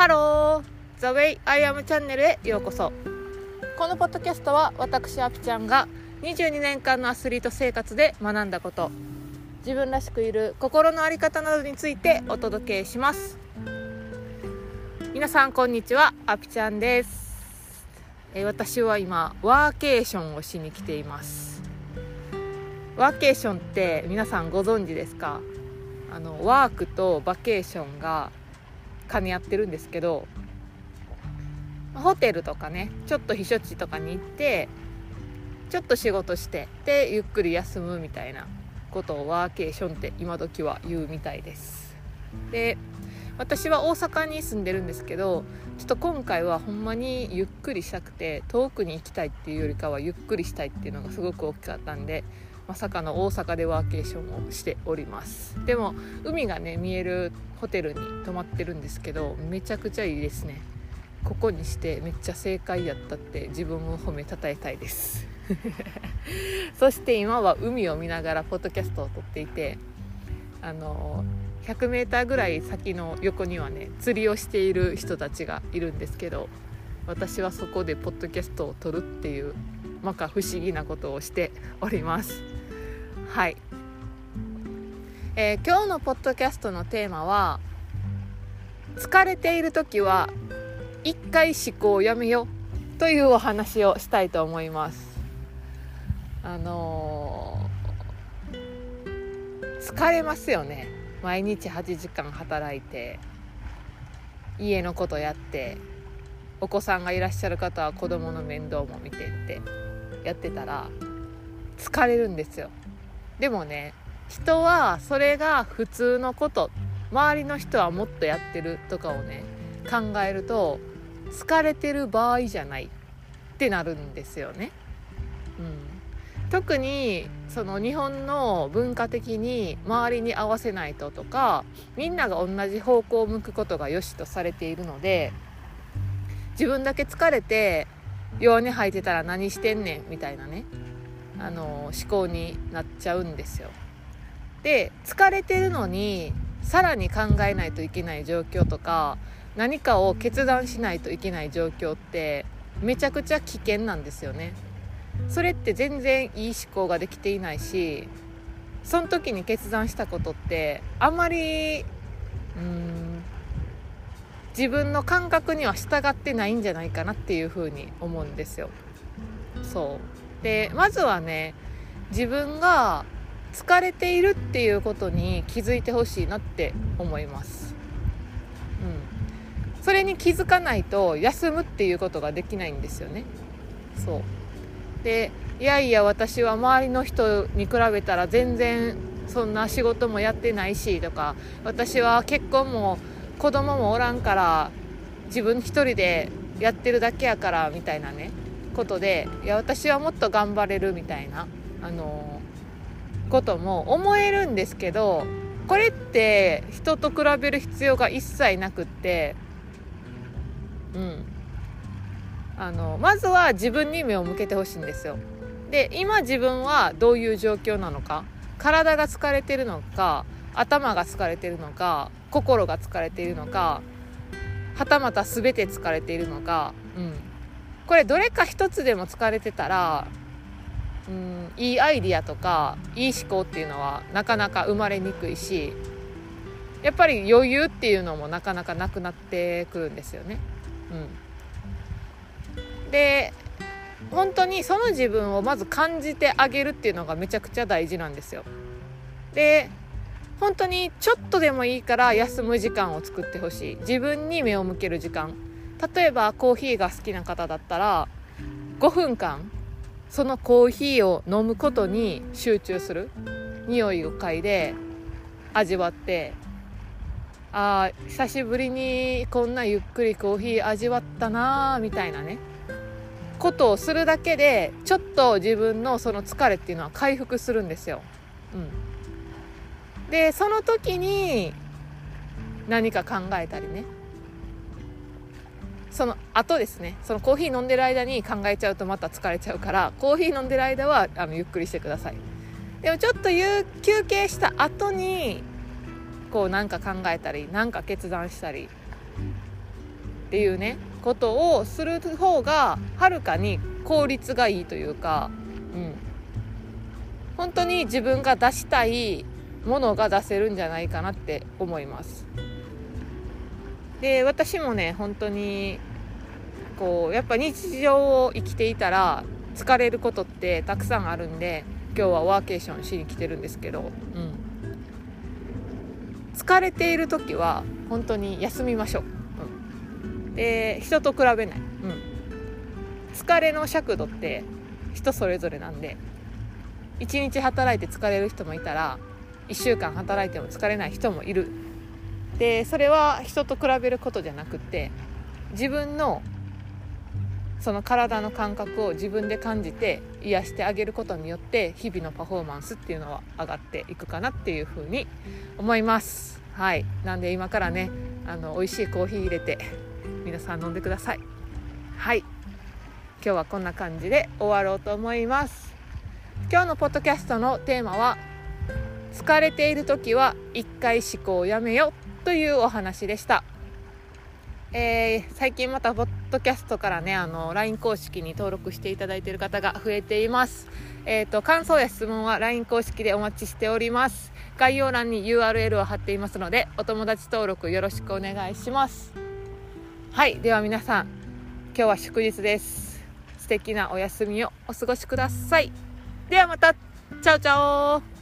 ハロー The Way I Am チャンネルへようこそ。このポッドキャストは私アピちゃんが22年間のアスリート生活で学んだこと、自分らしくいる心の在り方などについてお届けします。皆さんこんにちは、アピちゃんです。私は今ワーケーションをしに来ています。ワーケーションって皆さんご存知ですか？ワークとバケーションが兼ね合ってるんですけど、ホテルとかね、ちょっと避暑地とかに行ってちょっと仕事してでゆっくり休むみたいなことをワーケーションって今時は言うみたいです。で、私は大阪に住んでるんですけど、ちょっと今回はほんまにゆっくりしたくて、遠くに行きたいっていうよりかはゆっくりしたいっていうのがすごく大きかったんで、まさかの大阪でワーケーションをしております。でも海がね見えるホテルに泊まってるんですけど、めちゃくちゃいいですね。ここにしてめっちゃ正解やったって自分を褒めたたえたいですそして今は海を見ながらポッドキャストを撮っていて、100メーターぐらい先の横にはね釣りをしている人たちがいるんですけど、私はそこでポッドキャストを撮るっていうまか不思議なことをしております。はい、今日のポッドキャストのテーマは、疲れている時は一回思考をやめようというお話をしたいと思います。疲れますよね。毎日8時間働いて家のことやって、お子さんがいらっしゃる方は子供の面倒も見てってやってたら疲れるんですよ。でもね、人はそれが普通のこと、周りの人はもっとやってるとかをね考えると、疲れてる場合じゃないってなるんですよね。特にその日本の文化的に周りに合わせないととか、みんなが同じ方向を向くことが良しとされているので、自分だけ疲れて弱音吐いてたら何してんねんみたいなね、思考になっちゃうんですよ。で、疲れてるのにさらに考えないといけない状況とか、何かを決断しないといけない状況ってめちゃくちゃ危険なんですよね。それって全然いい思考ができていないし、その時に決断したことってあまり自分の感覚には従ってないんじゃないかなっていうふうに思うんですよ。そうで、まずはね、自分が疲れているっていうことに気づいてほしいなって思います。それに気づかないと休むっていうことができないんですよね。そうで、いやいや私は周りの人に比べたら全然そんな仕事もやってないしとか、私は結婚も子供もおらんから自分一人でやってるだけやからみたいなねことで、いや私はもっと頑張れるみたいなことも思えるんですけど、これって人と比べる必要が一切なくって、まずは自分に目を向けてほしいんですよ。で、今自分はどういう状況なのか、体が疲れてるのか、頭が疲れてるのか、心が疲れているのか、はたまた全て疲れているのか、これどれか一つでも疲れてたら、いいアイディアとかいい思考っていうのはなかなか生まれにくいし、やっぱり余裕っていうのもなかなかなくなってくるんですよね。で、本当にその自分をまず感じてあげるっていうのがめちゃくちゃ大事なんですよ。で、本当にちょっとでもいいから休む時間を作ってほしい。自分に目を向ける時間。例えばコーヒーが好きな方だったら5分間そのコーヒーを飲むことに集中する。匂いを嗅いで味わって、久しぶりにこんなゆっくりコーヒー味わったなみたいなねことをするだけで、ちょっと自分のその疲れっていうのは回復するんですよ。で、その時に何か考えたりね、その後ですね、そのコーヒー飲んでる間に考えちゃうとまた疲れちゃうから、コーヒー飲んでる間はゆっくりしてください。でもちょっと休憩した後にこうなんか考えたり、なんか決断したりっていうねことをする方がはるかに効率がいいというか、本当に自分が出したいものが出せるんじゃないかなって思います。で、私もね本当にやっぱ日常を生きていたら疲れることってたくさんあるんで、今日はワーケーションしに来てるんですけど、疲れている時は本当に休みましょう、で人と比べない、疲れの尺度って人それぞれなんで、1日働いて疲れる人もいたら1週間働いても疲れない人もいる。でそれは人と比べることじゃなくて、自分のその体の感覚を自分で感じて癒してあげることによって日々のパフォーマンスっていうのは上がっていくかなっていうふうに思います。はい、なんで今からね美味しいコーヒー入れて皆さん飲んでください。はい、今日はこんな感じで終わろうと思います。今日のポッドキャストのテーマは、疲れている時は一回思考をやめよというお話でした。最近またポッドキャストからねLINE 公式に登録していただいている方が増えています。感想や質問は LINE 公式でお待ちしております。概要欄に URL を貼っていますので、お友達登録よろしくお願いします。はい、では皆さん、今日は祝日です。素敵なお休みをお過ごしください。ではまた、チャオチャオ。